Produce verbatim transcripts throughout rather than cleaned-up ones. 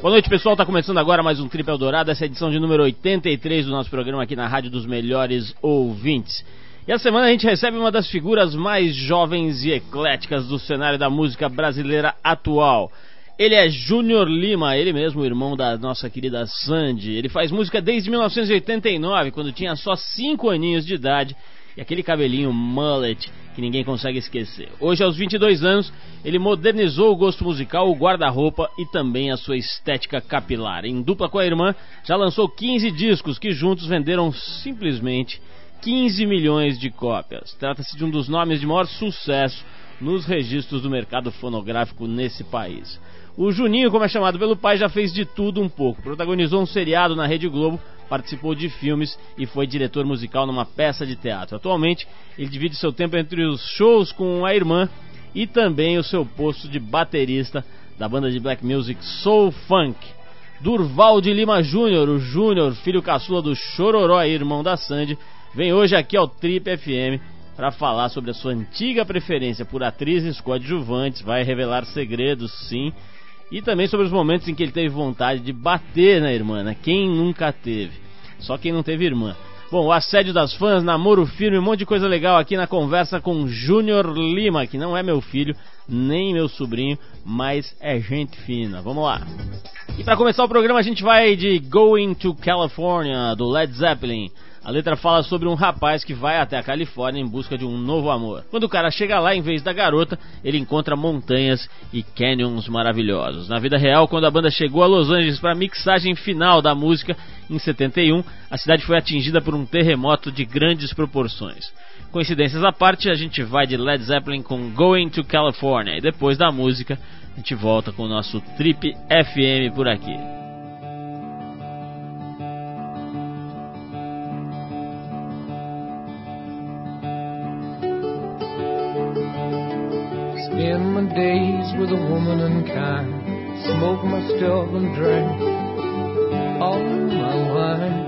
Boa noite, pessoal, tá começando agora mais um Trip Eldorado, essa é a edição de número oitenta e três do nosso programa aqui na Rádio dos Melhores Ouvintes. E essa semana a gente recebe uma das figuras mais jovens e ecléticas do cenário da música brasileira atual. Ele é Júnior Lima, ele mesmo, irmão da nossa querida Sandy. Ele faz música desde mil novecentos e oitenta e nove, quando tinha só cinco aninhos de idade, e aquele cabelinho mullet que ninguém consegue esquecer. Hoje, aos vinte e dois anos, ele modernizou o gosto musical, o guarda-roupa e também a sua estética capilar. Em dupla com a irmã, já lançou quinze discos que juntos venderam simplesmente quinze milhões de cópias. Trata-se de um dos nomes de maior sucesso nos registros do mercado fonográfico nesse país. O Juninho, como é chamado pelo pai, já fez de tudo um pouco. Protagonizou um seriado na Rede Globo, participou de filmes e foi diretor musical numa peça de teatro. Atualmente, ele divide seu tempo entre os shows com a irmã e também o seu posto de baterista da banda de black music Soul Funk. Durval de Lima Júnior, o Júnior, filho caçula do Chororó e irmão da Sandy, vem hoje aqui ao Trip F M para falar sobre a sua antiga preferência por atrizes coadjuvantes, vai revelar segredos, sim, e também sobre os momentos em que ele teve vontade de bater na irmã, né? Quem nunca teve? Só quem não teve irmã. Bom, o assédio das fãs, namoro firme, um monte de coisa legal aqui na conversa com Júnior Lima, que não é meu filho, nem meu sobrinho, mas é gente fina. Vamos lá. E para começar o programa a gente vai de Going to California, do Led Zeppelin. A letra fala sobre um rapaz que vai até a Califórnia em busca de um novo amor. Quando o cara chega lá, em vez da garota, ele encontra montanhas e canyons maravilhosos. Na vida real, quando a banda chegou a Los Angeles para a mixagem final da música, em setenta e um, a cidade foi atingida por um terremoto de grandes proporções. Coincidências à parte, a gente vai de Led Zeppelin com Going to California. E depois da música, a gente volta com o nosso Trip F M por aqui. Spend my days with a woman unkind, smoke my stuff and drink all my wine.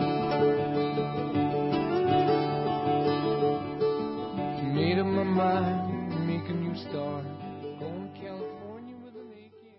Made up my mind, make a new start, going to California with an A K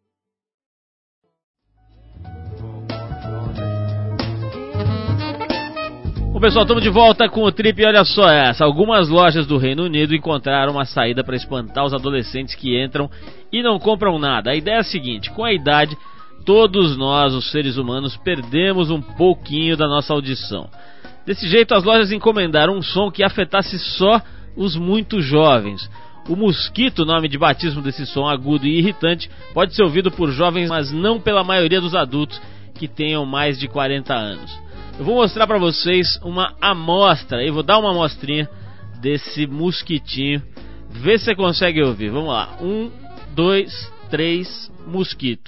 Bom, pessoal, estamos de volta com o Trip e olha só essa. Algumas lojas do Reino Unido encontraram uma saída para espantar os adolescentes que entram e não compram nada. A ideia é a seguinte: com a idade, todos nós, os seres humanos, perdemos um pouquinho da nossa audição. Desse jeito, as lojas encomendaram um som que afetasse só os muito jovens. O mosquito, nome de batismo desse som agudo e irritante, pode ser ouvido por jovens, mas não pela maioria dos adultos que tenham mais de quarenta anos. Eu vou mostrar pra vocês uma amostra, eu vou dar uma amostrinha desse mosquitinho, vê se você consegue ouvir. Vamos lá, um, dois, três, mosquito.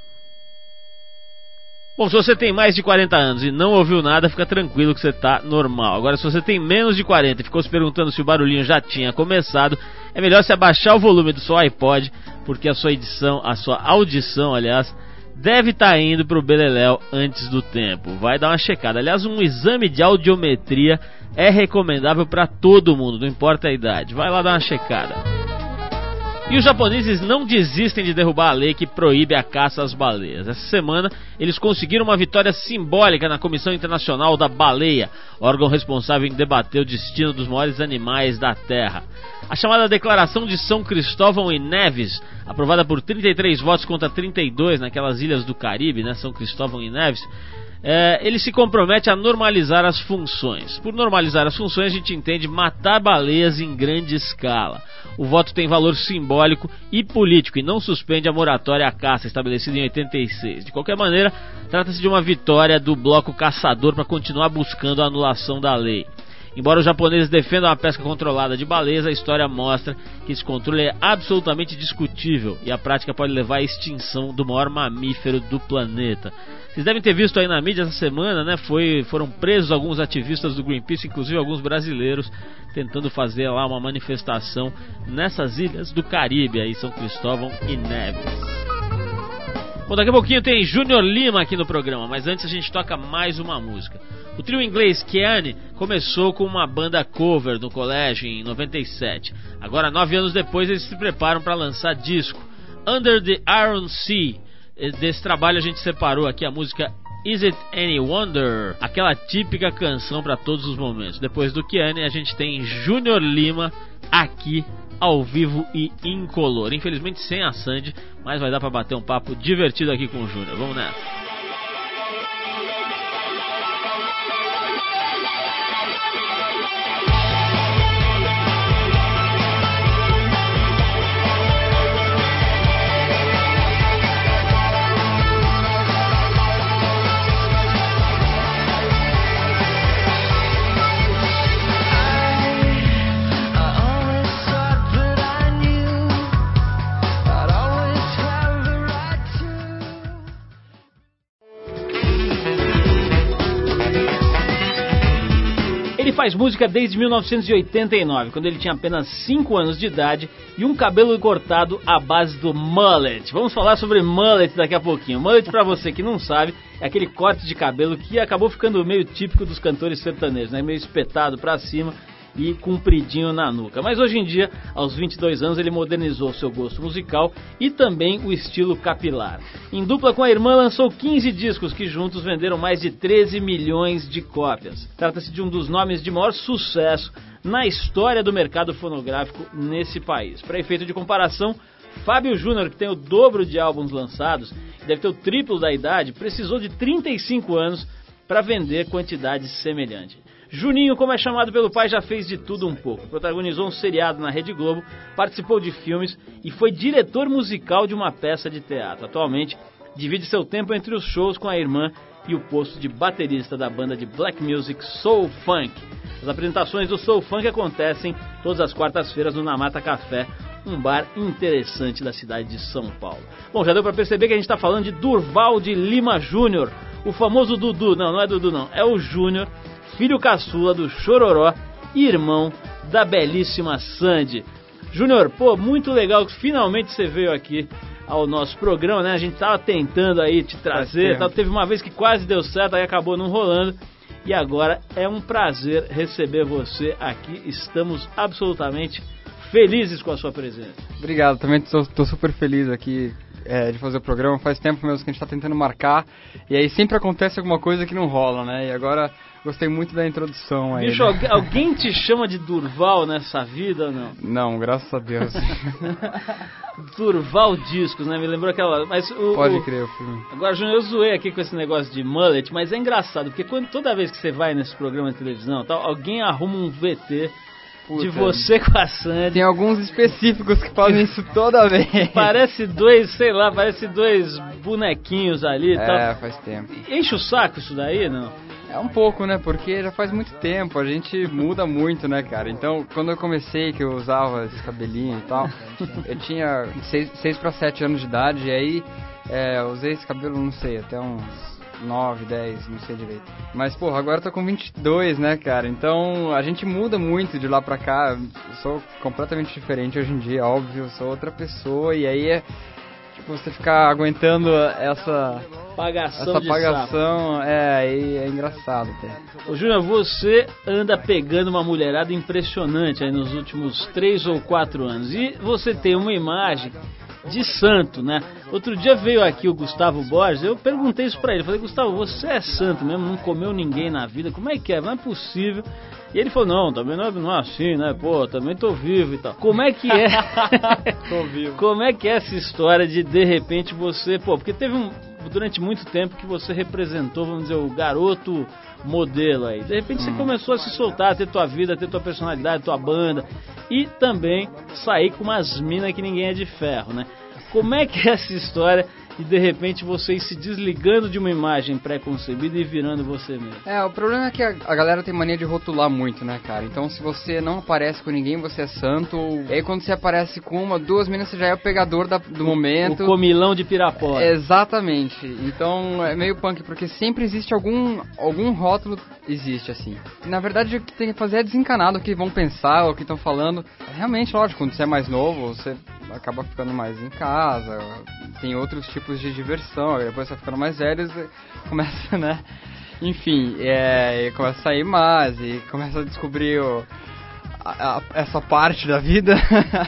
Bom, se você tem mais de quarenta anos e não ouviu nada, fica tranquilo que você tá normal. Agora, se você tem menos de quarenta e ficou se perguntando se o barulhinho já tinha começado, é melhor você abaixar o volume do seu iPod, porque a sua edição, a sua audição, aliás, deve estar tá indo pro beleléu antes do tempo. Vai dar uma checada. Aliás, um exame de audiometria é recomendável para todo mundo, não importa a idade. Vai lá dar uma checada. E os japoneses não desistem de derrubar a lei que proíbe a caça às baleias. Essa semana, eles conseguiram uma vitória simbólica na Comissão Internacional da Baleia, órgão responsável em debater o destino dos maiores animais da Terra. A chamada Declaração de São Cristóvão e Neves, aprovada por trinta e três votos contra trinta e dois naquelas ilhas do Caribe, né, São Cristóvão e Neves, é, ele se compromete a normalizar as funções. Por normalizar as funções, a gente entende matar baleias em grande escala. O voto tem valor simbólico e político e não suspende a moratória à caça estabelecida em oitenta e seis. De qualquer maneira, trata-se de uma vitória do bloco caçador para continuar buscando a anulação da lei. Embora os japoneses defendam a pesca controlada de baleias, a história mostra que esse controle é absolutamente discutível e a prática pode levar à extinção do maior mamífero do planeta. Vocês devem ter visto aí na mídia essa semana, né? Foi, foram presos alguns ativistas do Greenpeace, inclusive alguns brasileiros, tentando fazer lá uma manifestação nessas ilhas do Caribe, aí São Cristóvão e Neves. Bom, daqui a pouquinho tem Júnior Lima aqui no programa, mas antes a gente toca mais uma música. O trio inglês Keane começou com uma banda cover no colégio em noventa e sete. Agora, nove anos depois, eles se preparam para lançar disco. Under the Iron Sea Desse trabalho a gente separou aqui a música Is It Any Wonder? Aquela típica canção para todos os momentos. Depois do Kiane, a gente tem Júnior Lima aqui ao vivo e incolor. Infelizmente sem a Sandy, mas vai dar para bater um papo divertido aqui com o Júnior. Vamos nessa. Ele faz música desde mil novecentos e oitenta e nove, quando ele tinha apenas cinco anos de idade e um cabelo cortado à base do mullet. Vamos falar sobre mullet daqui a pouquinho. Mullet, pra você que não sabe, é aquele corte de cabelo que acabou ficando meio típico dos cantores sertanejos, né? Meio espetado pra cima e compridinho na nuca. Mas hoje em dia, aos vinte e dois anos, ele modernizou seu gosto musical e também o estilo capilar. Em dupla com a irmã, lançou quinze discos que juntos venderam mais de treze milhões de cópias. Trata-se de um dos nomes de maior sucesso na história do mercado fonográfico nesse país. Para efeito de comparação, Fábio Júnior, que tem o dobro de álbuns lançados e deve ter o triplo da idade, precisou de trinta e cinco anos para vender quantidade semelhante. Juninho, como é chamado pelo pai, já fez de tudo um pouco. Protagonizou um seriado na Rede Globo, participou de filmes e foi diretor musical de uma peça de teatro. Atualmente, divide seu tempo entre os shows com a irmã e o posto de baterista da banda de black music Soul Funk. As apresentações do Soul Funk acontecem todas as quartas-feiras no Namata Café, um bar interessante da cidade de São Paulo. Bom, já deu para perceber que a gente está falando de Durval de Lima Júnior, o famoso Dudu. Não, não é Dudu não, é o Júnior, filho caçula do Chororó e irmão da belíssima Sandy. Júnior, pô, muito legal que finalmente você veio aqui ao nosso programa, né? A gente tava tentando aí te trazer, tal. Teve uma vez que quase deu certo, aí acabou não rolando. E agora é um prazer receber você aqui. Estamos absolutamente felizes com a sua presença. Obrigado, também estou super feliz aqui é, de fazer o programa. Faz tempo mesmo que a gente está tentando marcar e aí sempre acontece alguma coisa que não rola, né? E agora gostei muito da introdução aí. Bicho, né? Alguém te chama de Durval nessa vida ou não? Não, graças a Deus. Durval Discos, né? Me lembrou aquela... Mas o, Pode o... crer, o filme. Agora, Júnior, eu zoei aqui com esse negócio de mullet, mas é engraçado, porque quando, toda vez que você vai nesse programa de televisão, tal, alguém arruma um V T Puta, de você com a Sandy. Tem alguns específicos que fazem isso toda vez. Parece dois, sei lá, parece dois bonequinhos ali e é, tal. É, faz tempo. Enche o saco isso daí, não? É um pouco, né? Porque já faz muito tempo, a gente muda muito, né, cara? Então, quando eu comecei, que eu usava esse cabelinho e tal, eu tinha seis para sete anos de idade, e aí é, eu usei esse cabelo, não sei, até uns nove, dez, não sei direito. Mas, porra, agora eu tô com vinte e dois, né, cara? Então, a gente muda muito de lá pra cá. Eu sou completamente diferente hoje em dia, óbvio. Eu sou outra pessoa. E aí é... Tipo, você ficar aguentando essa... Pagação essa pagação, é, aí é engraçado até. Ô, Júnior, você anda pegando uma mulherada impressionante aí nos últimos três ou quatro anos. E você tem uma imagem de santo, né? Outro dia veio aqui o Gustavo Borges, eu perguntei isso pra ele, falei, Gustavo, você é santo mesmo, não comeu ninguém na vida, como é que é? Não é possível. E ele falou, não, também não é, não é assim, né? Pô, também tô vivo e tal. Como é que é? Tô vivo. Como é que é essa história de, de repente, você... Pô, porque teve um... Durante muito tempo que você representou, vamos dizer, o garoto modelo aí. De repente você hum. começou a se soltar, a ter tua vida, a ter tua personalidade, tua banda. E também sair com umas minas que ninguém é de ferro, né? Como é que é essa história e de repente você ir se desligando de uma imagem pré-concebida e virando você mesmo? É, o problema é que a, a galera tem mania de rotular muito, né, cara? Então se você não aparece com ninguém, você é santo. E aí quando você aparece com uma, duas meninas, você já é o pegador da, do momento. O comilão de Pirapora. É, exatamente. Então é meio punk, porque sempre existe algum, algum rótulo, existe assim. E, na verdade o que tem que fazer é desencanar do que vão pensar, o que estão falando. Realmente, lógico, quando você é mais novo, você acaba ficando mais em casa, tem outros tipos de diversão, depois você vai ficando mais velho, você começa, né, enfim, é, começa a sair mais e começa a descobrir o, a, a, essa parte da vida,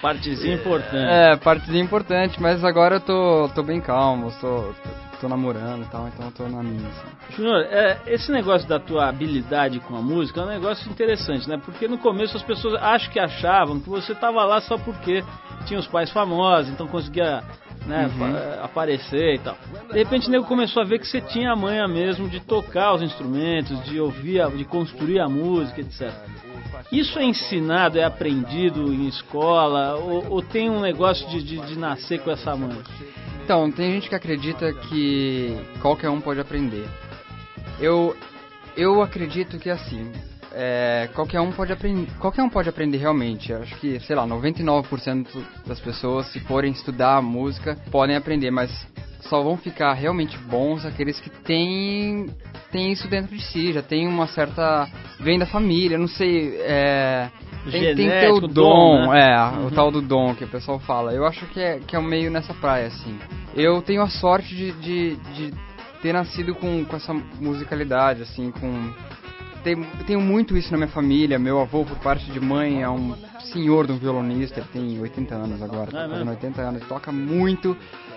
Partezinha importante. É, partezinha importante, mas agora eu tô, tô bem calmo, tô, tô, tô namorando e tal, então eu tô na minha, assim. Júnior, é, esse negócio da tua habilidade com a música é um negócio interessante, né? Porque no começo as pessoas acho que achavam que você tava lá só porque tinha os pais famosos, então conseguia, né, uhum. aparecer e tal. De repente o nego começou a ver que você tinha a manha mesmo de tocar os instrumentos, de ouvir, a, de construir a música, etcétera. Isso é ensinado, é aprendido em escola, ou, ou tem um negócio de, de, de nascer com essa manha? Então, tem gente que acredita que qualquer um pode aprender. Eu, eu acredito que assim, é, qualquer, um pode aprender, qualquer um pode aprender realmente. Eu acho que, sei lá, noventa e nove por cento das pessoas, se forem estudar música, podem aprender, mas só vão ficar realmente bons aqueles que têm, têm isso dentro de si, já tem uma certa... vem da família, não sei... É, tem, tem que ter o dom, dom né? é, uhum. o tal do dom que o pessoal fala. Eu acho que é, que é meio nessa praia, assim. Eu tenho a sorte de, de, de ter nascido com, com essa musicalidade, assim, com... Tenho, tenho muito isso na minha família. Meu avô, por parte de mãe, é um senhor de um violonista, ele tem oitenta anos agora, tá fazendo oitenta anos, ele toca muito.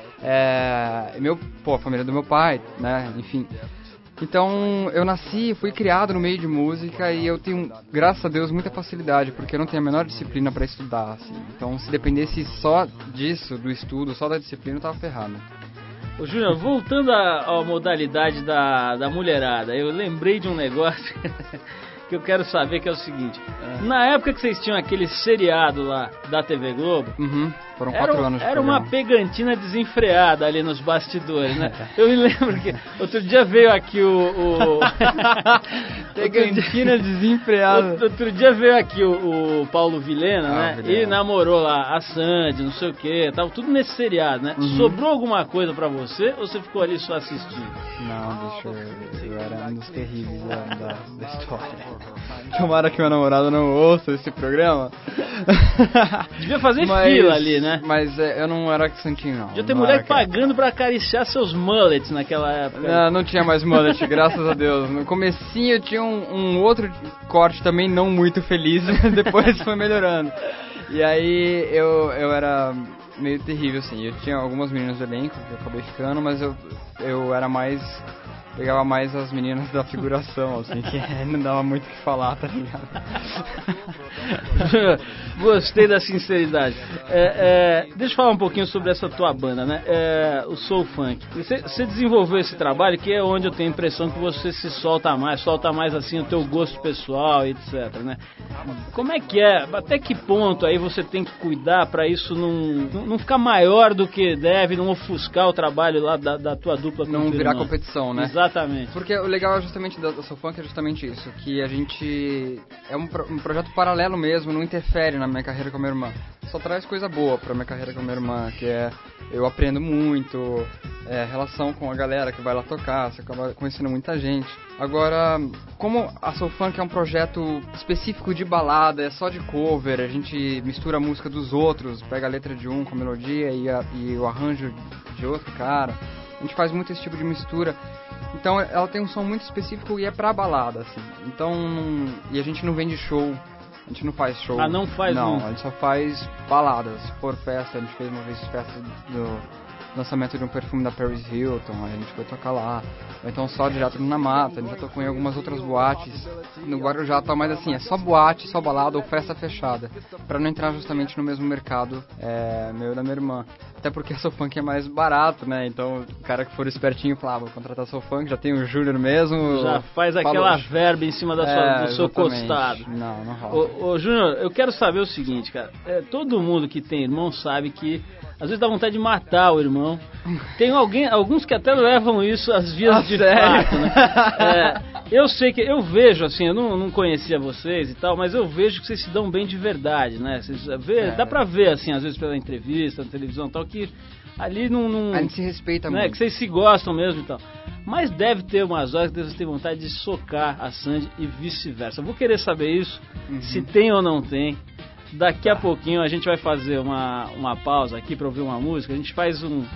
É, meu, pô, a família do meu pai, né, enfim. Então, eu nasci, fui criado no meio de música e eu tenho, graças a Deus, muita facilidade, porque eu não tenho a menor disciplina para estudar, assim. Então, se dependesse só disso, do estudo, só da disciplina, eu tava ferrado. Ô, Júnior, voltando à, à modalidade da, da mulherada, eu lembrei de um negócio que eu quero saber, que é o seguinte. É. Na época que vocês tinham aquele seriado lá da T V Globo, uhum, foram quatro era, anos de era programa. Uma pegantina desenfreada ali nos bastidores, né? Eu me lembro que outro dia veio aqui o... o... pegantina desenfreada. Outro, outro dia veio aqui o, o Paulo Vilhena, ah, né? Vilhena. E namorou lá a Sandy, não sei o que, tava tudo nesse seriado, né? Uhum. Sobrou alguma coisa pra você ou você ficou ali só assistindo? Não, deixa eu... eu era um dos terríveis da, da, da história. Tomara que meu namorado não ouça esse programa. Devia fazer mas, fila ali, né? Mas é, eu não era santinho, não. Devia ter não mulher pagando pra acariciar seus mullets naquela época. Não, não tinha mais mullet, graças a Deus. No comecinho tinha um, um outro corte também não muito feliz, depois foi melhorando. E aí eu, eu era meio terrível, assim. Eu tinha algumas meninas do elenco que eu acabei ficando, mas eu, eu era mais... pegava mais as meninas da figuração, assim, que não dava muito o que falar, tá ligado? Gostei da sinceridade. É, é, deixa eu falar um pouquinho sobre essa tua banda, né? É, o Soul Funk. Você, você desenvolveu esse trabalho, que é onde eu tenho a impressão que você se solta mais, solta mais, assim, o teu gosto pessoal, etcétera, né? Como é que é? Até que ponto aí você tem que cuidar pra isso não, não ficar maior do que deve, não ofuscar o trabalho lá da, da tua dupla com não o virar irmão? Competição, né? Exatamente. Porque o legal é justamente da, da Soul Funk é justamente isso, que a gente é um, pro, um projeto paralelo mesmo, não interfere na minha carreira com a minha irmã. Só traz coisa boa pra minha carreira com a minha irmã, que é eu aprendo muito, é, relação com a galera que vai lá tocar, você acaba conhecendo muita gente. Agora, como a Soul Funk é um projeto específico de balada, é só de cover, a gente mistura a música dos outros, pega a letra de um com a melodia e, a, e o arranjo de outro cara. A gente faz muito esse tipo de mistura. Então ela tem um som muito específico e é pra balada, assim. Então, e a gente não vende show, a gente não faz show. Ah, não faz Não, não. a gente só faz baladas. Se for festa, a gente fez uma vez festa do lançamento de um perfume da Paris Hilton, a gente foi tocar lá. Ou então só direto na Mata, a gente já tocou em algumas outras boates no Guarujá, tá, mas assim, é só boate, só balada ou festa fechada, pra não entrar justamente no mesmo mercado é, meu e da minha irmã. Até porque a Soul Funk é mais barato, né? Então o cara que for espertinho fala, ah, vou contratar a Soul Funk, já tem o Júnior mesmo. Já faz falou, aquela verba em cima da sua, é, do seu exatamente. costado. Não, não rola. Ô, ô Júnior, eu quero saber o seguinte, cara. É, todo mundo que tem irmão sabe que às vezes dá vontade de matar o irmão. Tem alguém, alguns que até levam isso às vias ah, de sério? fato, né? É, eu sei que, eu vejo assim, eu não, não conhecia vocês e tal, mas eu vejo que vocês se dão bem de verdade, né? Vocês vê, é. Dá pra ver, assim, às vezes pela entrevista, na televisão e tal, que ali não... não a gente se respeita né? muito. Que vocês se gostam mesmo e tal. Mas deve ter umas horas que vocês têm vontade de socar a Sandy e vice-versa. Eu vou querer saber isso, uhum. se tem ou não tem. Daqui a pouquinho a gente vai fazer uma, uma pausa aqui para ouvir uma música. A gente faz um,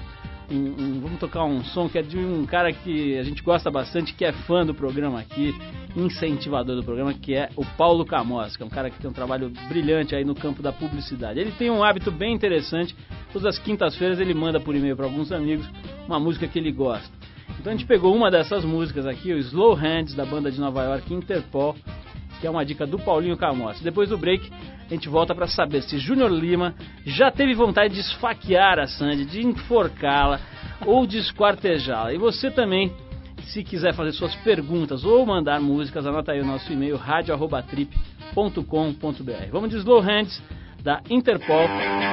um, um, vamos tocar um som que é de um cara que a gente gosta bastante, que é fã do programa aqui, incentivador do programa, que é o Paulo Camós, que é um cara que tem um trabalho brilhante aí no campo da publicidade. Ele tem um hábito bem interessante, todas as quintas-feiras ele manda por e-mail para alguns amigos uma música que ele gosta. Então a gente pegou uma dessas músicas aqui, o Slow Hands, da banda de Nova York, Interpol, que é uma dica do Paulinho Camós. Depois do break, a gente volta para saber se Júnior Lima já teve vontade de esfaquear a Sandy, de enforcá-la ou de esquartejá-la. E você também, se quiser fazer suas perguntas ou mandar músicas, anota aí o nosso e-mail, radio arroba trip ponto com ponto b r. Vamos de Slow Hands, da Interpol.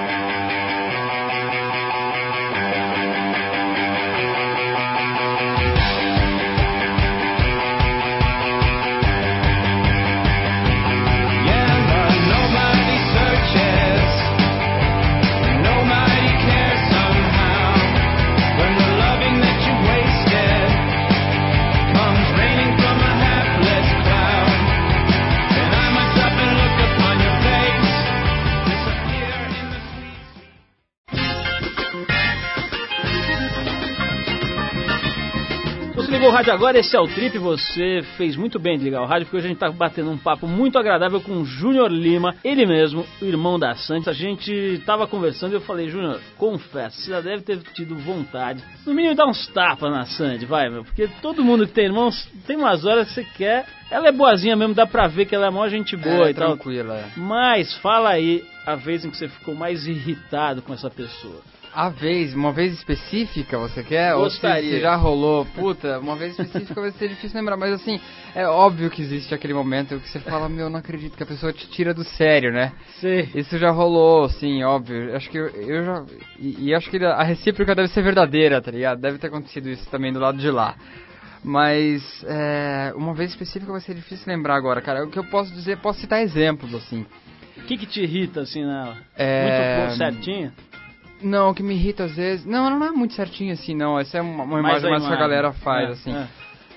Ligou o rádio agora, esse é o Trip. Você fez muito bem de ligar o rádio, porque hoje a gente tá batendo um papo muito agradável com o Júnior Lima, ele mesmo, o irmão da Sandy. A gente tava conversando e eu falei, Júnior, confesso, você já deve ter tido vontade, no mínimo, dar uns tapas na Sandy, vai, meu, porque todo mundo que tem irmãos, tem umas horas que você quer. Ela é boazinha mesmo, dá pra ver que ela é maior gente boa é, e tal. Tranquila, é. Mas fala aí a vez em que você ficou mais irritado com essa pessoa. A vez, uma vez específica você quer? Gostaria. Ou se, se já rolou? Puta, uma vez específica vai ser difícil lembrar, mas assim, é óbvio que existe aquele momento que você fala, meu, não acredito que a pessoa te tira do sério, né? Sim. Isso já rolou, sim, óbvio. Acho que eu, eu já... E, e acho que a recíproca deve ser verdadeira, tá ligado? Deve ter acontecido isso também do lado de lá. Mas, é, uma vez específica vai ser difícil lembrar agora, cara. O que eu posso dizer, posso citar exemplos, assim. O que que te irrita, assim, nela? É... Muito bom, certinho? Não, o que me irrita às vezes... Não, ela não é muito certinho assim, não. Essa é uma, uma imagem mais que a galera faz, é, assim. É.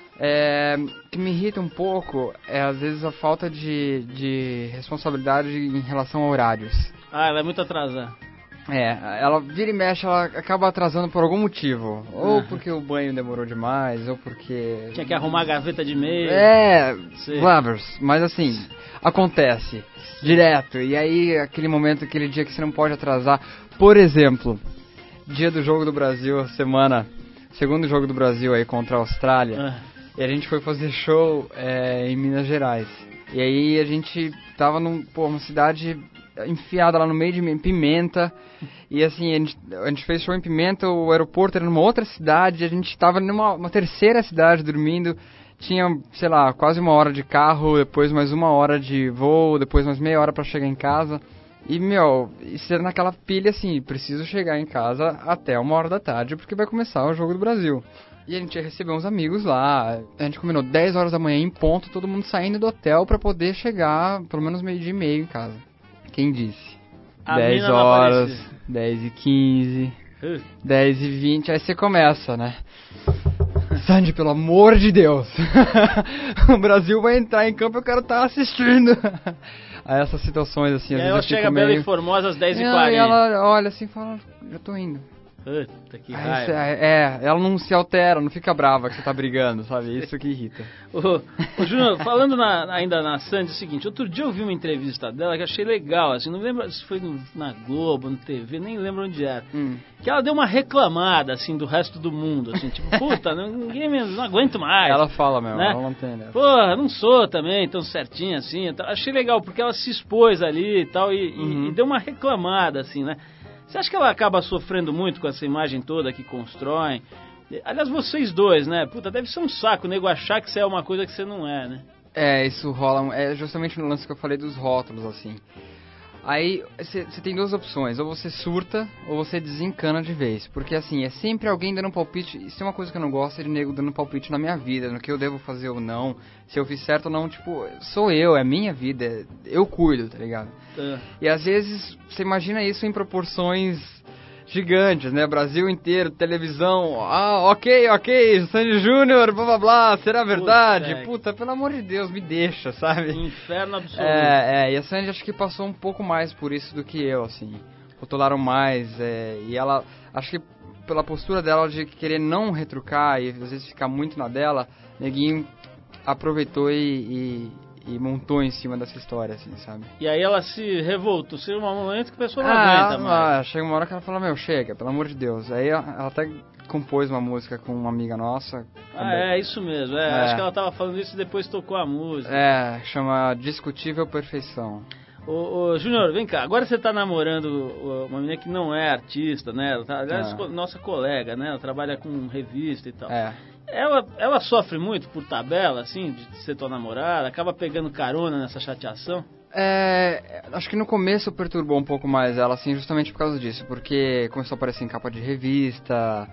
É, o que me irrita um pouco é, às vezes, a falta de, de responsabilidade em relação a horários. Ah, ela é muito atrasada. É, ela vira e mexe, ela acaba atrasando por algum motivo. Ou uhum. porque o banho demorou demais, ou porque... Tinha que arrumar a gaveta de e-mail. É, lovers. Mas assim, acontece direto. E aí, aquele momento, aquele dia que você não pode atrasar. Por exemplo, dia do Jogo do Brasil, semana, segundo jogo do Brasil aí contra a Austrália. Ah. E a gente foi fazer show é, em Minas Gerais. E aí a gente tava num, pô, uma cidade enfiada lá no meio de Pimenta. E assim, a gente, a gente fez show em Pimenta, o aeroporto era numa outra cidade, a gente tava numa uma terceira cidade dormindo. Tinha, sei lá, quase uma hora de carro, depois mais uma hora de voo, depois mais meia hora pra chegar em casa. E, meu, isso era naquela pilha assim, preciso chegar em casa até uma hora da tarde, porque vai começar o Jogo do Brasil. E a gente ia receber uns amigos lá, a gente combinou dez horas da manhã em ponto, todo mundo saindo do hotel pra poder chegar pelo menos meio dia e meio em casa. Quem disse? A dez horas, dez e quinze, uh. dez e vinte, aí você começa, né? Sandy, pelo amor de Deus, o Brasil vai entrar em campo e eu quero estar assistindo. A essas situações assim, às e vezes ela chega meio... bela e formosa às dez e quarenta. E ela olha assim e fala, já tô indo. Puta que Aí, raiva. É, ela não se altera, não fica brava que você tá brigando, sabe? Isso que irrita. Ô, ô Júnior, falando na, ainda na Sandy, é o seguinte, outro dia eu vi uma entrevista dela que achei legal, assim, não lembro se foi no, na Globo, no T V, nem lembro onde era. Hum. Que ela deu uma reclamada, assim, do resto do mundo, assim, tipo, puta, ninguém me, não aguento mais. Ela fala mesmo, né? Ela não tem, né? Porra, não sou também tão certinha assim, então, achei legal, porque ela se expôs ali e tal, e, uhum. e, e deu uma reclamada, assim, né? Você acha que ela acaba sofrendo muito com essa imagem toda que constroem? Aliás, vocês dois, né? Puta, deve ser um saco o nego achar que você é uma coisa que você não é, né? É, isso rola... É justamente no lance que eu falei dos rótulos, assim. Aí, você tem duas opções. Ou você surta, ou você desencana de vez. Porque, assim, é sempre alguém dando palpite. Isso é uma coisa que eu não gosto, é de nego dando palpite na minha vida. No que eu devo fazer ou não. Se eu fiz certo ou não, tipo... Sou eu, é minha vida. Eu cuido, tá ligado? É. E, às vezes, você imagina isso em proporções gigantes, né? Brasil inteiro, televisão. Ah, ok, ok. Sandy Júnior, blá, blá, blá. Será verdade? Puta, Puta, pelo amor de Deus, me deixa, sabe? Inferno absoluto. É, é, e a Sandy acho que passou um pouco mais por isso do que eu, assim. Rotularam mais, é, e ela, acho que pela postura dela de querer não retrucar e às vezes ficar muito na dela, Neguinho aproveitou e, e, e montou em cima dessa história, assim, sabe? E aí ela se revoltou, se um momento que a pessoa não ah, aguenta mais. Ah, chega uma hora que ela fala, meu, chega, pelo amor de Deus. Aí ela, ela até compôs uma música com uma amiga nossa. Ah, também. é, isso mesmo. É, É. Acho que ela tava falando isso e depois tocou a música. É, chama Discutível Perfeição. Ô, ô Júnior, vem cá, agora você tá namorando uma menina que não é artista, né? Ela tá, aliás, É. nossa colega, né? Ela trabalha com revista e tal. É. Ela, ela sofre muito por tabela, assim, de ser tua namorada? Acaba pegando carona nessa chateação? É, acho que no começo perturbou um pouco mais ela, assim, justamente por causa disso, porque começou a aparecer em capa de revista,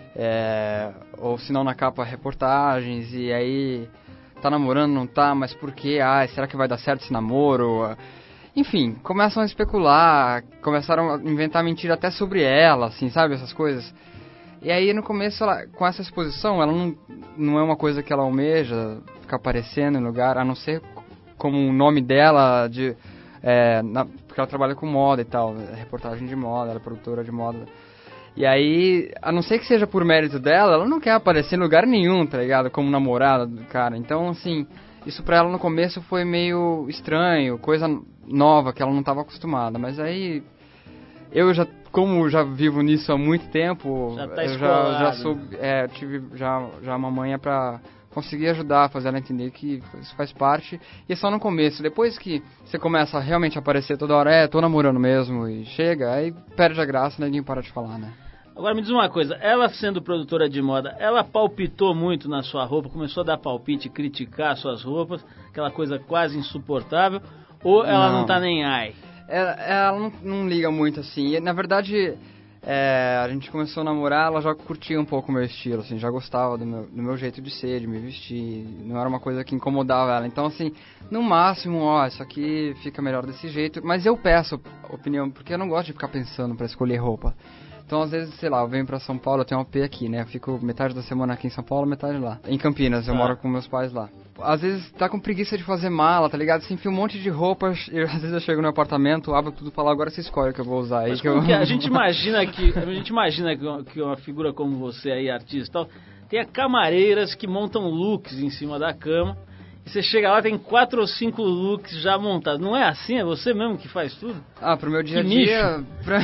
é, ou se não na capa reportagens, e aí tá namorando, não tá, mas por quê? Ah, será que vai dar certo esse namoro? Enfim, começam a especular, começaram a inventar mentira até sobre ela, assim, sabe, essas coisas. E aí no começo, ela, com essa exposição, ela não, não é uma coisa que ela almeja ficar aparecendo em lugar, a não ser como o nome dela, de, é, na, porque ela trabalha com moda e tal, reportagem de moda, ela é produtora de moda. E aí, a não ser que seja por mérito dela, ela não quer aparecer em lugar nenhum, tá ligado? Como namorada do cara. Então, assim, isso pra ela no começo foi meio estranho, coisa nova que ela não estava acostumada. Mas aí, eu já, como já vivo nisso há muito tempo, Já tá eu já, escolado. já sou, é, tive já, já uma manha pra conseguir ajudar, fazer ela entender que isso faz parte. E é só no começo, depois que você começa a realmente aparecer toda hora, é, tô namorando mesmo, e chega, aí perde a graça, ninguém para de falar, né? Agora me diz uma coisa, ela sendo produtora de moda, ela palpitou muito na sua roupa, começou a dar palpite, criticar suas roupas, aquela coisa quase insuportável, ou ela não, Não. tá nem ai? Ela, ela não, não liga muito, assim. E, na verdade, é, a gente começou a namorar, ela já curtia um pouco o meu estilo, assim, já gostava do meu, do meu jeito de ser, de me vestir. Não era uma coisa que incomodava ela. Então, assim, no máximo, ó, isso aqui fica melhor desse jeito. Mas eu peço opinião, porque eu não gosto de ficar pensando pra escolher roupa. Então, às vezes, sei lá, eu venho pra São Paulo, eu tenho um A P aqui, né? Eu fico metade da semana aqui em São Paulo, metade lá. Em Campinas, eu Tá. moro com meus pais lá. Às vezes tá com preguiça de fazer mala, tá ligado? Você enfia um monte de roupas, e às vezes eu chego no apartamento, abro tudo e falo, agora você escolhe o que eu vou usar. Aí Mas que como eu... que é? A gente imagina que a gente imagina que uma, que uma figura como você aí, artista e tal, tenha camareiras que montam looks em cima da cama, e você chega lá, tem quatro ou cinco looks já montados. Não é assim? É você mesmo que faz tudo? Ah, pro meu dia a Que dia... Pra...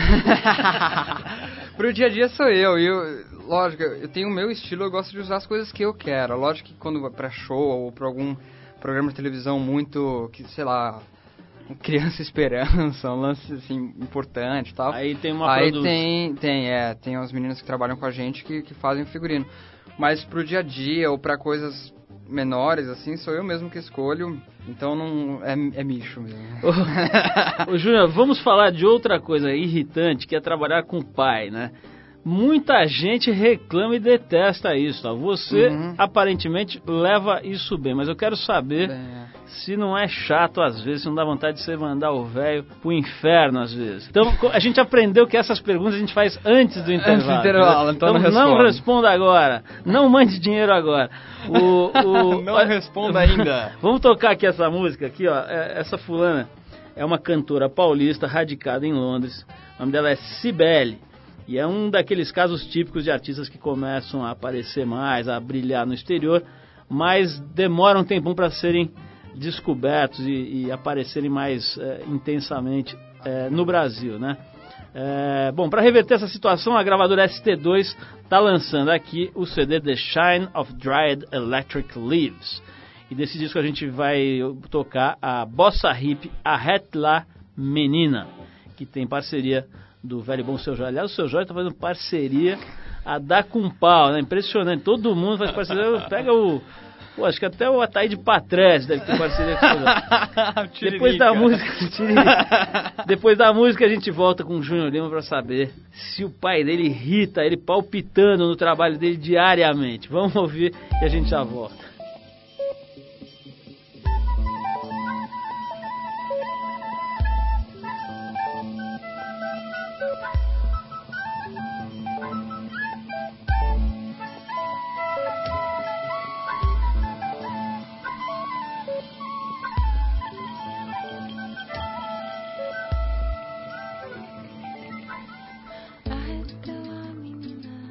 pro dia a dia sou eu, e eu... Lógico, eu tenho o meu estilo, eu gosto de usar as coisas que eu quero. Lógico que quando vai pra show ou pra algum programa de televisão muito, que sei lá, Criança Esperança, um lance assim, importante e tal. Aí tem uma Aí produção. tem, tem, é, tem as meninas que trabalham com a gente que, que fazem o figurino. Mas pro dia a dia ou pra coisas menores, assim, sou eu mesmo que escolho. Então não é, é micho mesmo. Ô, Júnior, vamos falar de outra coisa irritante, que é trabalhar com o pai, né? Muita gente reclama e detesta isso, tá? Você, Uhum. aparentemente, leva isso bem, mas eu quero saber É. se não é chato às vezes, se não dá vontade de você mandar o velho pro inferno às vezes. Então, co- a gente aprendeu que essas perguntas a gente faz antes do intervalo. Antes do intervalo, né? então não não responda. responda agora, não mande dinheiro agora. O, o- Não responda ainda. Vamos tocar aqui essa música aqui, ó. É- Essa fulana é uma cantora paulista radicada em Londres. O nome dela é Cibele. E é um daqueles casos típicos de artistas que começam a aparecer mais, a brilhar no exterior, mas demoram um tempão para serem descobertos e, e aparecerem mais é, intensamente é, no Brasil, né? É, bom, para reverter essa situação, a gravadora S T dois está lançando aqui o C D The Shine of Dried Electric Leaves. E desse disco a gente vai tocar a bossa hip A Retla Menina, que tem parceria do velho e bom Seu Jorge. Aliás, o Seu Jorge tá fazendo parceria a dar com pau, né? Impressionante. Todo mundo faz parceria. Pega o... Pô, acho que até o Ataíde Patrese deve ter parceria com o Seu Jorge. Depois da música... Depois da música a gente volta com o Júnior Lima pra saber se o pai dele irrita ele palpitando no trabalho dele diariamente. Vamos ouvir e a gente já volta. A retla menina,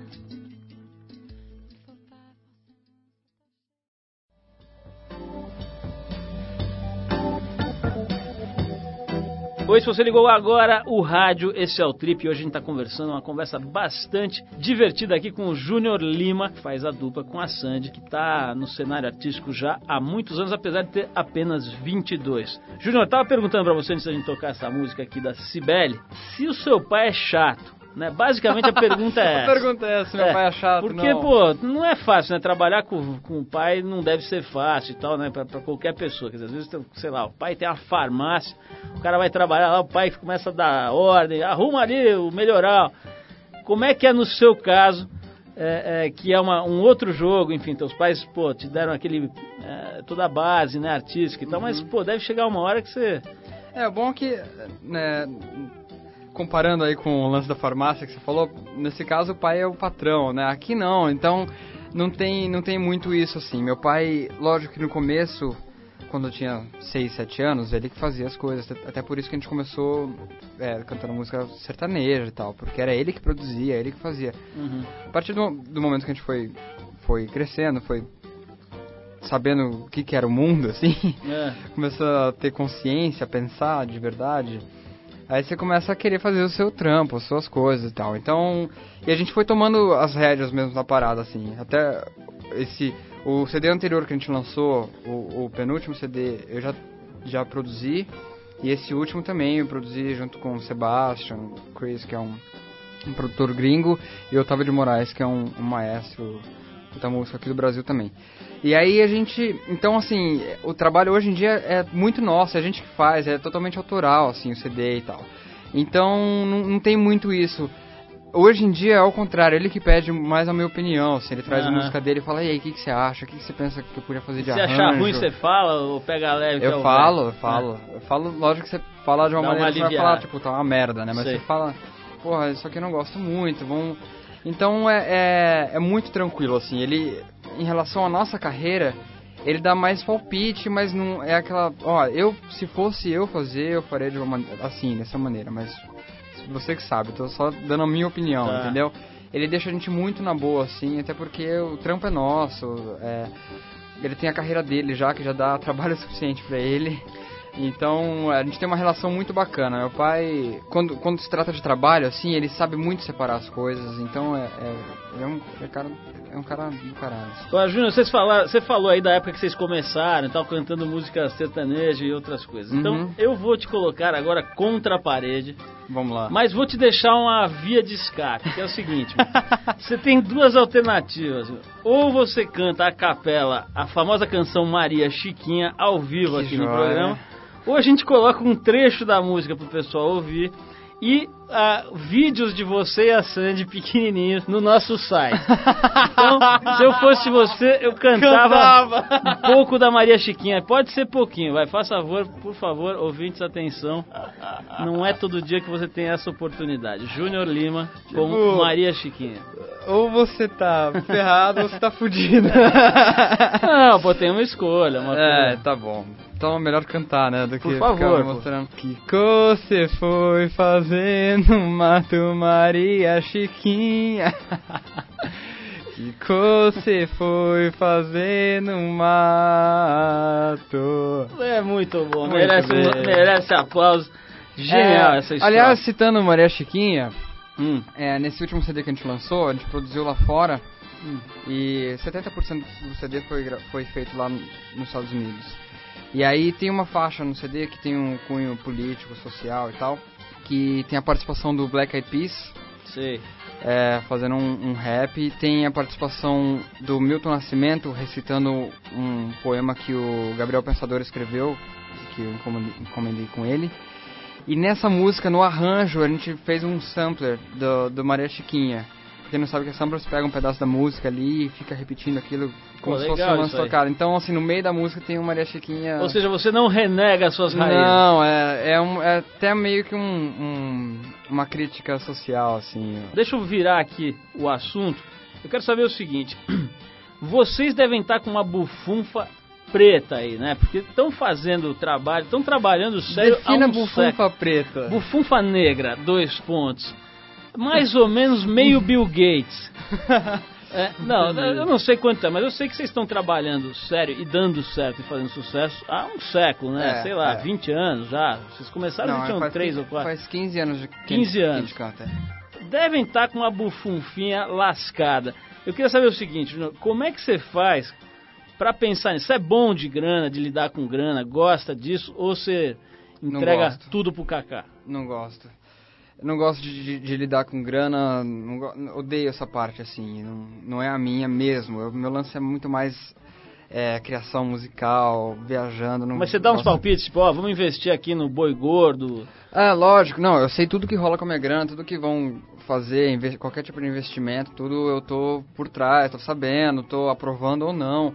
Oi, se você ligou agora o rádio, esse é o Trip. Hoje a gente tá conversando, uma conversa bastante divertida aqui com o Júnior Lima, que faz a dupla com a Sandy, que tá no cenário artístico já há muitos anos, apesar de ter apenas vinte e dois. Júnior, eu tava perguntando pra você, antes da gente tocar essa música aqui da Cibele, se o seu pai é chato. Né? Basicamente a pergunta é essa. A pergunta é essa, meu é, pai é chato, porque, não. pô, não é fácil, né? Trabalhar com, com o pai não deve ser fácil e tal, né? Pra, pra qualquer pessoa. Quer dizer, às vezes, sei lá, o pai tem uma farmácia, o cara vai trabalhar lá, o pai começa a dar ordem, arruma ali o melhoral. Como é que é no seu caso, é, é, que é uma, um outro jogo, enfim, teus pais, pô, te deram aquele, é, toda a base, né, artística e tal, uhum. Mas, pô, deve chegar uma hora que você... É, bom que, né... Comparando aí com o lance da farmácia que você falou, nesse caso o pai é o patrão, né? Aqui não, então não tem, não tem muito isso assim. Meu pai, lógico que no começo, quando eu tinha seis, sete anos, ele que fazia as coisas. Até por isso que a gente começou é, cantando música sertaneja e tal, porque era ele que produzia, ele que fazia. Uhum. A partir do, do momento que a gente foi, foi crescendo, foi sabendo o que, que era o mundo, assim, é. Começou a ter consciência, a pensar de verdade... Aí você começa a querer fazer o seu trampo, as suas coisas e tal. Então, e a gente foi tomando as rédeas mesmo da parada, assim. Até esse, o C D anterior que a gente lançou, o, o penúltimo C D, eu já, já produzi. E esse último também eu produzi junto com o Sebastian, Chris, que é um, um produtor gringo, e o Otávio de Moraes, que é um, um maestro da música aqui do Brasil também. E aí a gente, então assim, o trabalho hoje em dia é muito nosso, é a gente que faz, é totalmente autoral, assim, o C D e tal. Então não, não tem muito isso. Hoje em dia é ao contrário, ele que pede mais a minha opinião, assim, ele traz uhum. a música dele e fala, e aí, o que, que você acha, o que, que você pensa que eu podia fazer de se arranjo? Se achar ruim você fala ou pega leve? Eu falo, eu falo, é. eu falo, lógico que você fala de uma Dá maneira uma que você vai falar, tipo, tá uma merda, né, mas Sei. você fala, porra, isso aqui eu não gosto muito, vamos... Então é, é, é muito tranquilo, assim, ele, em relação à nossa carreira, ele dá mais palpite, mas não é aquela, ó, eu, se fosse eu fazer, eu faria de uma maneira, assim, dessa maneira, mas você que sabe, eu tô só dando a minha opinião, tá. Entendeu? Ele deixa a gente muito na boa, assim, até porque o trampo é nosso, é, ele tem a carreira dele já, que já dá trabalho suficiente pra ele. Então, a gente tem uma relação muito bacana. Meu pai, quando, quando se trata de trabalho, assim, ele sabe muito separar as coisas. Então, é, é, ele é um, é cara, é um cara do caralho. Ô, Júnior, vocês falaram, você falou aí da época que vocês começaram e tal, cantando música sertaneja e outras coisas. Então, uhum. eu vou te colocar agora contra a parede. Vamos lá. Mas vou te deixar uma via de escape, que é o seguinte. Você tem duas alternativas. Ou você canta a capela a famosa canção Maria Chiquinha ao vivo que aqui joia. No programa. Ou a gente coloca um trecho da música pro pessoal ouvir e uh, vídeos de você e a Sandy pequenininhos no nosso site. Então, se eu fosse você, eu cantava, cantava um pouco da Maria Chiquinha. Pode ser pouquinho, vai. Faça favor, por favor, ouvintes, atenção. Não é todo dia que você tem essa oportunidade. Júnior Lima com tipo, Maria Chiquinha. Ou você tá ferrado ou você tá fudido. Não, pô, tem uma escolha. Uma é, coisa. Tá bom. Então é melhor cantar, né? Do que por favor, ficar mostrando. O que você foi fazer no mato, Maria Chiquinha? Que você foi fazer no mato? É muito bom, muito merece, merece aplauso. Genial é, essa história. Aliás, citando Maria Chiquinha, hum. é, nesse último C D que a gente lançou, a gente produziu lá fora hum. e setenta por cento do C D foi, foi feito lá no, nos Estados Unidos. E aí tem uma faixa no C D que tem um cunho político, social e tal, que tem a participação do Black Eyed Peas, Sim. É, fazendo um, um rap, tem a participação do Milton Nascimento recitando um poema que o Gabriel Pensador escreveu, que eu encomendei, encomendei com ele. E nessa música, no arranjo, a gente fez um sampler do, do Maria Chiquinha. Quem não sabe que a samplers pega um pedaço da música ali e fica repetindo aquilo como Pô, se fosse um lance tocado. Então, assim, no meio da música tem uma Maria Chiquinha... Ou seja, você não renega as suas raízes. Não, é, é, um, é até meio que um, um, uma crítica social, assim. Deixa eu virar aqui o assunto. Eu quero saber o seguinte. Vocês devem estar com uma bufunfa preta aí, né? Porque estão fazendo o trabalho, estão trabalhando sério Defina há um bufunfa século. preta. Bufunfa negra, dois pontos. Mais ou menos meio Bill Gates. É, não, eu não sei quanto é, mas eu sei que vocês estão trabalhando sério e dando certo e fazendo sucesso há um século, né? É, sei lá, é. vinte anos já. Vocês começaram, Não, já tinham faz três quinze ou quatro. Faz quinze anos de quinze que a anos. gente canta. Devem estar com uma bufunfinha lascada. Eu queria saber o seguinte, Júnior, como é que você faz pra pensar nisso? Você é bom de grana, de lidar com grana, gosta disso, ou você entrega tudo pro Kaká? Não gosto. Eu não gosto de, de, de lidar com grana, não go... odeio essa parte, assim, não, não é a minha mesmo. O meu lance é muito mais é, criação musical, viajando. Não Mas você dá uns gosto... palpites, tipo, ó, vamos investir aqui no Boi Gordo. É, lógico, não, eu sei tudo que rola com a minha grana, tudo que vão fazer, inve... qualquer tipo de investimento, tudo eu tô por trás, tô sabendo, tô aprovando ou não.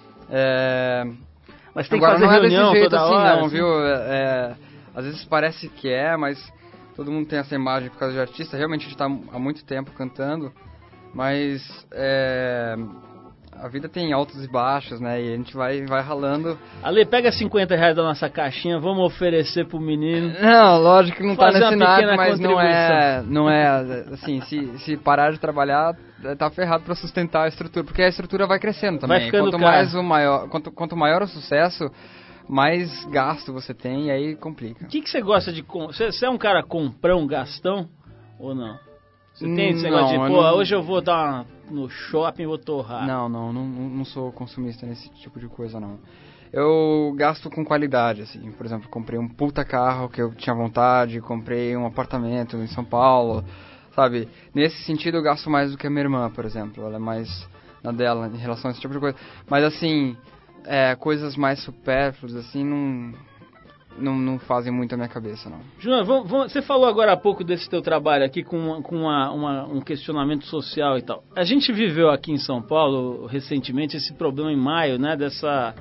É... Mas tem Agora, que fazer não é reunião desse jeito toda assim, hora, não, assim. viu? É, é, às vezes parece que é, mas todo mundo tem essa imagem por causa de artista. Realmente a gente tá há muito tempo cantando, mas é, a vida tem altos e baixos, né? E a gente vai, vai ralando. Ale, pega cinquenta reais da nossa caixinha, vamos oferecer pro menino. Não, lógico que não Fazer tá nesse uma nada, pequena mas não contribuição. é, não é, assim, se, se parar de trabalhar, tá ferrado pra sustentar a estrutura, porque a estrutura vai crescendo também. Vai ficando quanto caro. mais o maior, quanto, quanto maior o sucesso, mais gasto você tem e aí complica. O que, que você gosta de... com- Você, você é um cara comprão, gastão ou não? Você tem esse Não, negócio de, eu pô, não- hoje eu vou dar uma, no shopping e vou torrar. Não, não, não, não sou consumista nesse tipo de coisa, não. Eu gasto com qualidade, assim. Por exemplo, comprei um puta carro que eu tinha vontade, comprei um apartamento em São Paulo, sabe? Nesse sentido eu gasto mais do que a minha irmã, por exemplo. Ela é mais na dela em relação a esse tipo de coisa. Mas assim, é, coisas mais supérfluas, assim, não, não, não fazem muito a minha cabeça, não. Júnior, vamos- vamos- você falou agora há pouco desse teu trabalho aqui com, uma- com uma- uma- um questionamento social e tal. A gente viveu aqui em São Paulo recentemente esse problema em maio, né, dessa...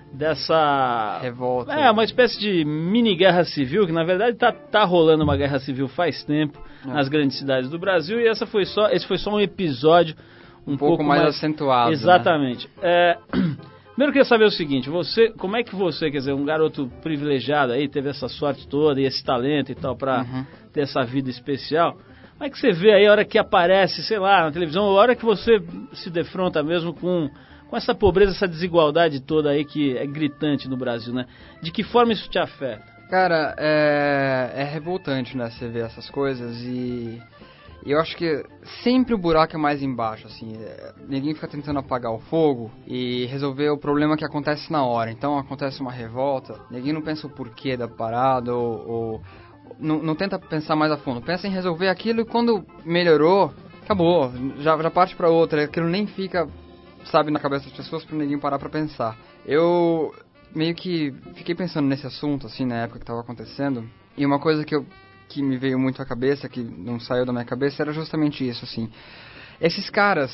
dessa... Revolta. É, uma espécie de mini guerra civil, que na verdade tá, tá rolando uma guerra civil faz tempo É. nas grandes cidades do Brasil, e essa foi só, esse foi só um episódio um, Um pouco mais acentuado, né? Exatamente. É, primeiro eu queria saber o seguinte, você, como é que você, quer dizer, um garoto privilegiado aí, teve essa sorte toda e esse talento e tal pra Uhum. ter essa vida especial, como é que você vê aí a hora que aparece, sei lá, na televisão, a hora que você se defronta mesmo com, com essa pobreza, essa desigualdade toda aí que é gritante no Brasil, né? De que forma isso te afeta? Cara, é, é revoltante, né, você ver essas coisas e e eu acho que sempre o buraco é mais embaixo, assim, é, ninguém fica tentando apagar o fogo e resolver o problema que acontece na hora. Então acontece uma revolta, ninguém não pensa o porquê da parada ou, ou não, não tenta pensar mais a fundo, pensa em resolver aquilo e quando melhorou, acabou, já, já parte pra outra, aquilo nem fica, sabe, na cabeça das pessoas pra ninguém parar pra pensar. Eu meio que fiquei pensando nesse assunto, assim, na época que tava acontecendo, e uma coisa que eu que me veio muito à cabeça, que não saiu da minha cabeça, era justamente isso, assim. Esses caras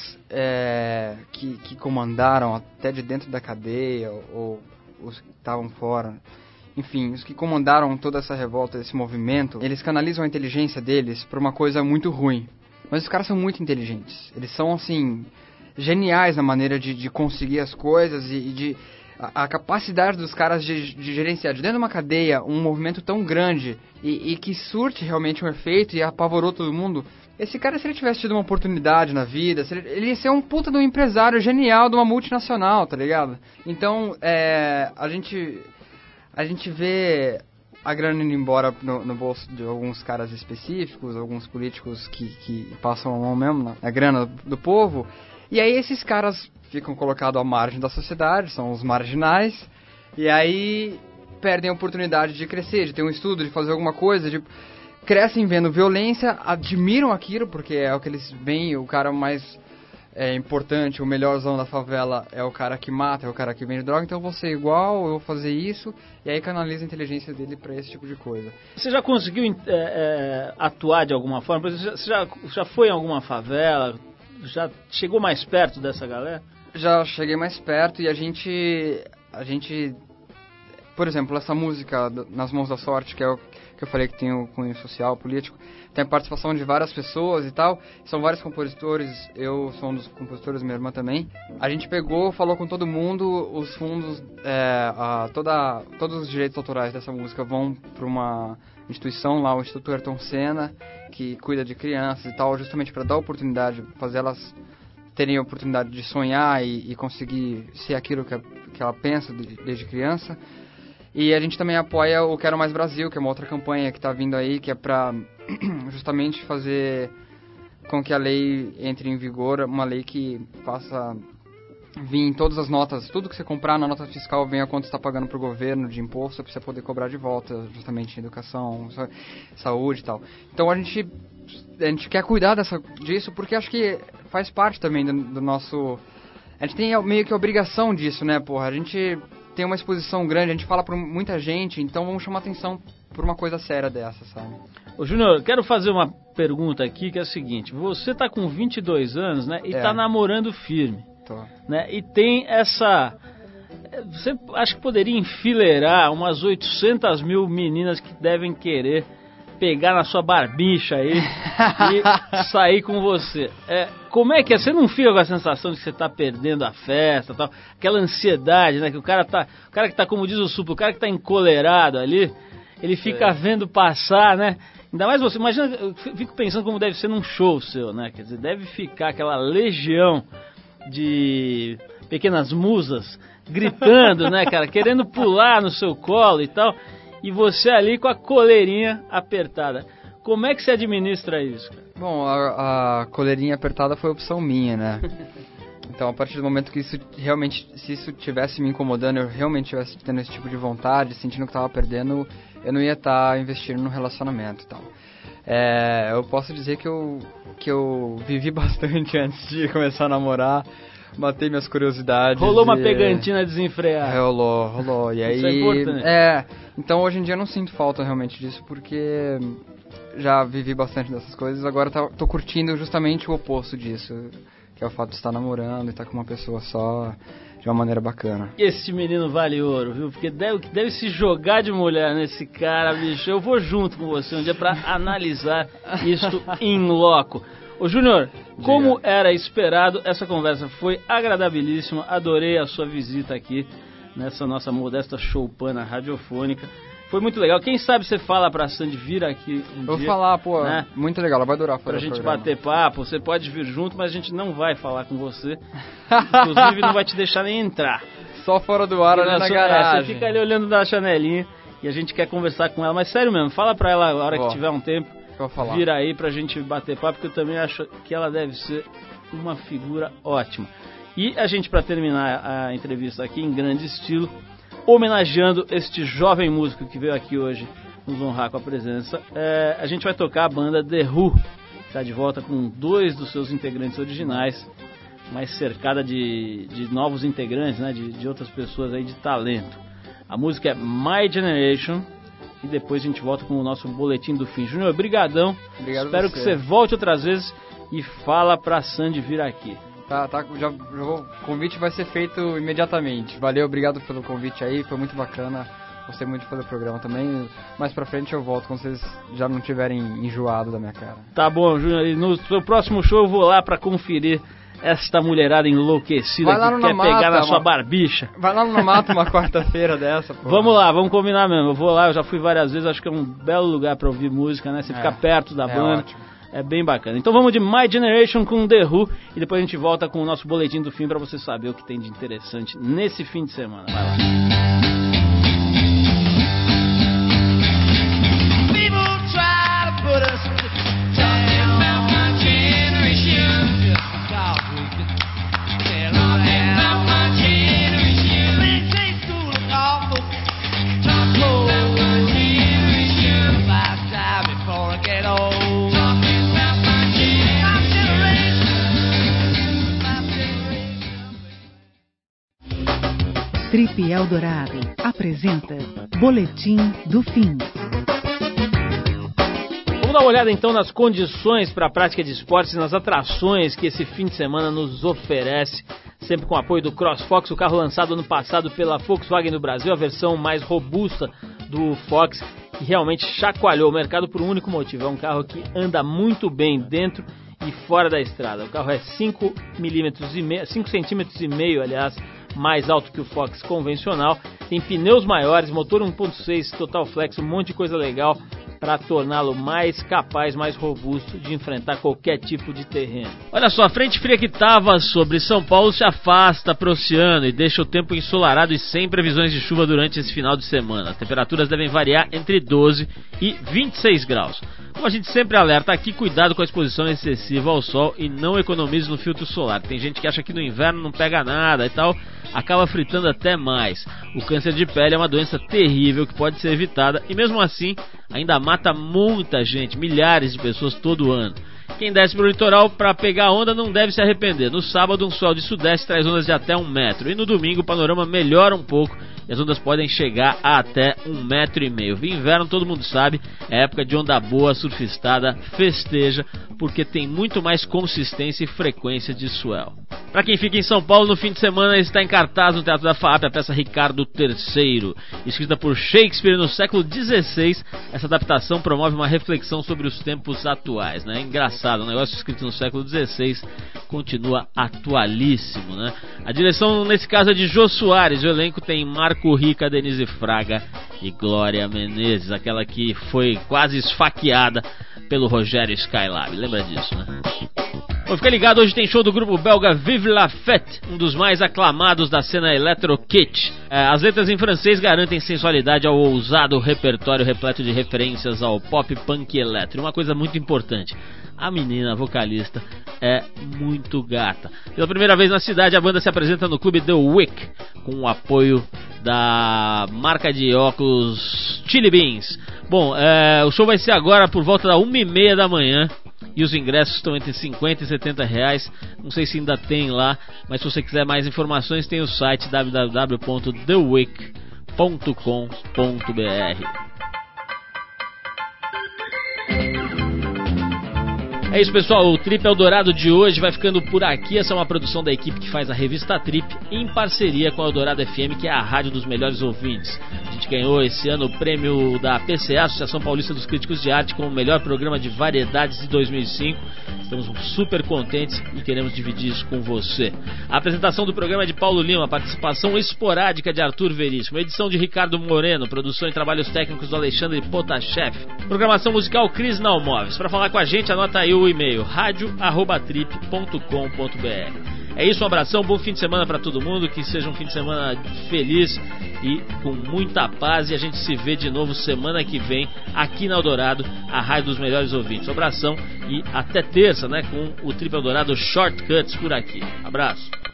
é, que, que comandaram até de dentro da cadeia, ou, ou os que estavam fora, enfim, os que comandaram toda essa revolta, esse movimento, eles canalizam a inteligência deles para uma coisa muito ruim. Mas os caras são muito inteligentes. Eles são, assim, geniais na maneira de, de conseguir as coisas e, e de... A, a capacidade dos caras de, de gerenciar de dentro de uma cadeia um movimento tão grande e, e que surte realmente um efeito e apavorou todo mundo. Esse cara, se ele tivesse tido uma oportunidade na vida, se ele, ele ia ser um puta de um empresário genial de uma multinacional, tá ligado? Então, é, a gente a gente vê a grana indo embora no, no bolso de alguns caras específicos, alguns políticos que, que passam a mão mesmo na, na grana do povo, e aí esses caras ficam colocados à margem da sociedade, são os marginais, e aí perdem a oportunidade de crescer, de ter um estudo, de fazer alguma coisa, de... crescem vendo violência, admiram aquilo, porque é o que eles veem, o cara mais é, importante, o melhorzão da favela é o cara que mata, é o cara que vende droga, então eu vou ser igual, eu vou fazer isso, e aí canaliza a inteligência dele pra esse tipo de coisa. Você já conseguiu é, é, atuar de alguma forma? Por exemplo, você já, já foi em alguma favela? Já chegou mais perto dessa galera? Já cheguei mais perto e a gente, a gente, por exemplo, essa música Nas Mãos da Sorte, que é o que eu falei que tem o cunho social, político, tem a participação de várias pessoas e tal, são vários compositores, eu sou um dos compositores, minha irmã também. A gente pegou, falou com todo mundo, os fundos, é, a, toda, todos os direitos autorais dessa música vão para uma instituição lá, o Instituto Ayrton Senna, que cuida de crianças e tal, justamente para dar oportunidade, fazer elas terem a oportunidade de sonhar e, e conseguir ser aquilo que, a, que ela pensa de, desde criança. E a gente também apoia o Quero Mais Brasil, que é uma outra campanha que está vindo aí, que é para justamente fazer com que a lei entre em vigor, uma lei que faça vir em todas as notas, tudo que você comprar na nota fiscal venha quanto está pagando para o governo de imposto, para você poder cobrar de volta, justamente em educação, saúde e tal. Então a gente, a gente quer cuidar dessa, disso porque acho que faz parte também do, do nosso... A gente tem meio que a obrigação disso, né, porra? A gente tem uma exposição grande, a gente fala para muita gente, então vamos chamar atenção por uma coisa séria dessa, sabe? Ô Júnior, quero fazer uma pergunta aqui que é a seguinte, você tá com vinte e dois anos, né, e é. tá namorando firme. Tô. Né? E tem essa... Você acha que poderia enfileirar umas oitocentas mil meninas que devem querer pegar na sua barbicha aí e sair com você. É, como é que é? Você não fica com a sensação de que você está perdendo a festa, tal? Aquela ansiedade, né? Que o cara tá, o cara que tá, como diz o Suplo, o cara que tá encolerado ali, ele fica é. vendo passar, né? Ainda mais você, imagina, eu fico pensando como deve ser num show seu, né? Quer dizer, deve ficar aquela legião de pequenas musas gritando, né, cara, querendo pular no seu colo e tal, e você ali com a coleirinha apertada. Como é que você administra isso, cara? Bom, a, a coleirinha apertada foi opção minha, né? Então, a partir do momento que isso realmente, se isso tivesse me incomodando, eu realmente tivesse tendo esse tipo de vontade, sentindo que estava perdendo, eu não ia estar investindo no relacionamento e tal. É, eu posso dizer que eu, que eu vivi bastante antes de começar a namorar, matei minhas curiosidades. Rolou uma pegantina desenfreada. Rolou, rolou. E aí, isso é importante. É, então hoje em dia eu não sinto falta realmente disso, porque já vivi bastante dessas coisas, agora tá, tô curtindo justamente o oposto disso, que é o fato de estar namorando e estar com uma pessoa só de uma maneira bacana. Esse menino vale ouro, viu? Porque deve, deve se jogar de mulher nesse cara, bicho. Eu vou junto com você um dia pra analisar isso in loco. Ô Júnior, como era esperado, essa conversa foi agradabilíssima. Adorei a sua visita aqui nessa nossa modesta choupana radiofônica. Foi muito legal. Quem sabe você fala pra Sandy vir aqui um Eu vou dia, falar, pô, né? Muito legal, ela vai adorar fazer Pra gente programa. bater papo, você pode vir junto, mas a gente não vai falar com você. Inclusive não vai te deixar nem entrar. Só fora do ar, ali na garagem. É, você fica ali olhando da janelinha e a gente quer conversar com ela. Mas sério mesmo, fala pra ela a hora Bom, que tiver um tempo, vou falar. vir aí pra gente bater papo, porque eu também acho que ela deve ser uma figura ótima. E a gente, pra terminar a entrevista aqui em grande estilo, homenageando este jovem músico que veio aqui hoje nos honrar com a presença, é, a gente vai tocar a banda The Who, que está de volta com dois dos seus integrantes originais, mas cercada de, de novos integrantes, né, de, de outras pessoas aí de talento. A música é My Generation e depois a gente volta com o nosso boletim do fim. Júnior, brigadão. Obrigado. Espero você. que você volte outras vezes e fala pra Sandy vir aqui. Tá, tá, já, já vou, o convite vai ser feito imediatamente. Valeu, obrigado pelo convite aí, foi muito bacana. Gostei muito de fazer o programa também. Mais pra frente eu volto quando vocês já não tiverem enjoado da minha cara. Tá bom, Júnior. E no seu próximo show eu vou lá pra conferir esta mulherada enlouquecida que quer Namata, pegar na sua uma... barbicha. Vai lá no Namata uma quarta-feira dessa, pô. Vamos lá, vamos combinar mesmo. Eu vou lá, eu já fui várias vezes, acho que é um belo lugar pra ouvir música, né? Você é, fica perto da é banda. Ótimo. É bem bacana. Então vamos de My Generation com The Who e depois a gente volta com o nosso boletim do fim pra você saber o que tem de interessante nesse fim de semana. Vai lá. Trip Eldorado apresenta Boletim do Fim. Vamos dar uma olhada então nas condições para a prática de esportes e nas atrações que esse fim de semana nos oferece, sempre com o apoio do CrossFox, o carro lançado ano passado pela Volkswagen no Brasil, a versão mais robusta do Fox, que realmente chacoalhou o mercado por um único motivo. É um carro que anda muito bem dentro e fora da estrada. O carro é cinco milímetros e meio, cinco centímetros e meio, aliás, mais alto que o Fox convencional, tem pneus maiores, motor um ponto seis Total Flex, um monte de coisa legal para torná-lo mais capaz, mais robusto de enfrentar qualquer tipo de terreno. Olha só, a frente fria que estava sobre São Paulo se afasta para o oceano e deixa o tempo ensolarado e sem previsões de chuva durante esse final de semana. As temperaturas devem variar entre doze e vinte e seis graus. Como a gente sempre alerta aqui, cuidado com a exposição excessiva ao sol e não economize no filtro solar. Tem gente que acha que no inverno não pega nada e tal, acaba fritando até mais. O câncer de pele é uma doença terrível que pode ser evitada e mesmo assim ainda mata muita gente, milhares de pessoas todo ano. Quem desce para o litoral para pegar onda não deve se arrepender. No sábado um sol de sudeste traz ondas de até um metro e no domingo o panorama melhora um pouco e as ondas podem chegar a até um metro e meio. O inverno, todo mundo sabe, é época de onda boa, surfistada festeja porque tem muito mais consistência e frequência de swell. Para quem fica em São Paulo, no fim de semana está em cartaz no Teatro da F A A P a peça Ricardo terceiro. Escrita por Shakespeare no século dezesseis, essa adaptação promove uma reflexão sobre os tempos atuais, né? É engraçado, um negócio escrito no século dezesseis continua atualíssimo, né? A direção nesse caso é de Jô Soares, o elenco tem Marco Rica, Denise Fraga e Glória Menezes, aquela que foi quase esfaqueada pelo Rogério Skylab, lembra disso, né? Bom, fica ligado, hoje tem show do grupo belga Vive la Fête, um dos mais aclamados da cena electro-kitsch. É, as letras em francês garantem sensualidade ao ousado repertório repleto de referências ao pop, punk e eletro. Uma coisa muito importante, a menina a vocalista é muito gata. Pela primeira vez na cidade, a banda se apresenta no clube The Wick, com o apoio da marca de óculos Chili Beans. Bom, é, o show vai ser agora por volta da uma e meia da manhã. E os ingressos estão entre cinquenta e setenta reais. Não sei se ainda tem lá, mas se você quiser mais informações, tem o site w w w ponto the wick ponto com ponto b r. É isso, pessoal, o Trip Eldorado de hoje vai ficando por aqui. Essa é uma produção da equipe que faz a revista Trip em parceria com a Eldorado F M, que é a rádio dos melhores ouvintes. A gente ganhou esse ano o prêmio da P C A, Associação Paulista dos Críticos de Arte, como o melhor programa de variedades de dois mil e cinco. Estamos super contentes e queremos dividir isso com você. A apresentação do programa é de Paulo Lima, participação esporádica de Arthur Veríssimo, edição de Ricardo Moreno, produção e trabalhos técnicos do Alexandre Potashev, programação musical Cris Nalmoves. Para falar com a gente, anota aí o e-mail rádio arroba trip ponto com ponto b r. É isso, um abração, bom fim de semana para todo mundo, que seja um fim de semana feliz e com muita paz, e a gente se vê de novo semana que vem aqui na Eldorado, a rádio dos melhores ouvintes. Um abração e até terça, né, com o Trip Eldorado Shortcuts por aqui. Abraço.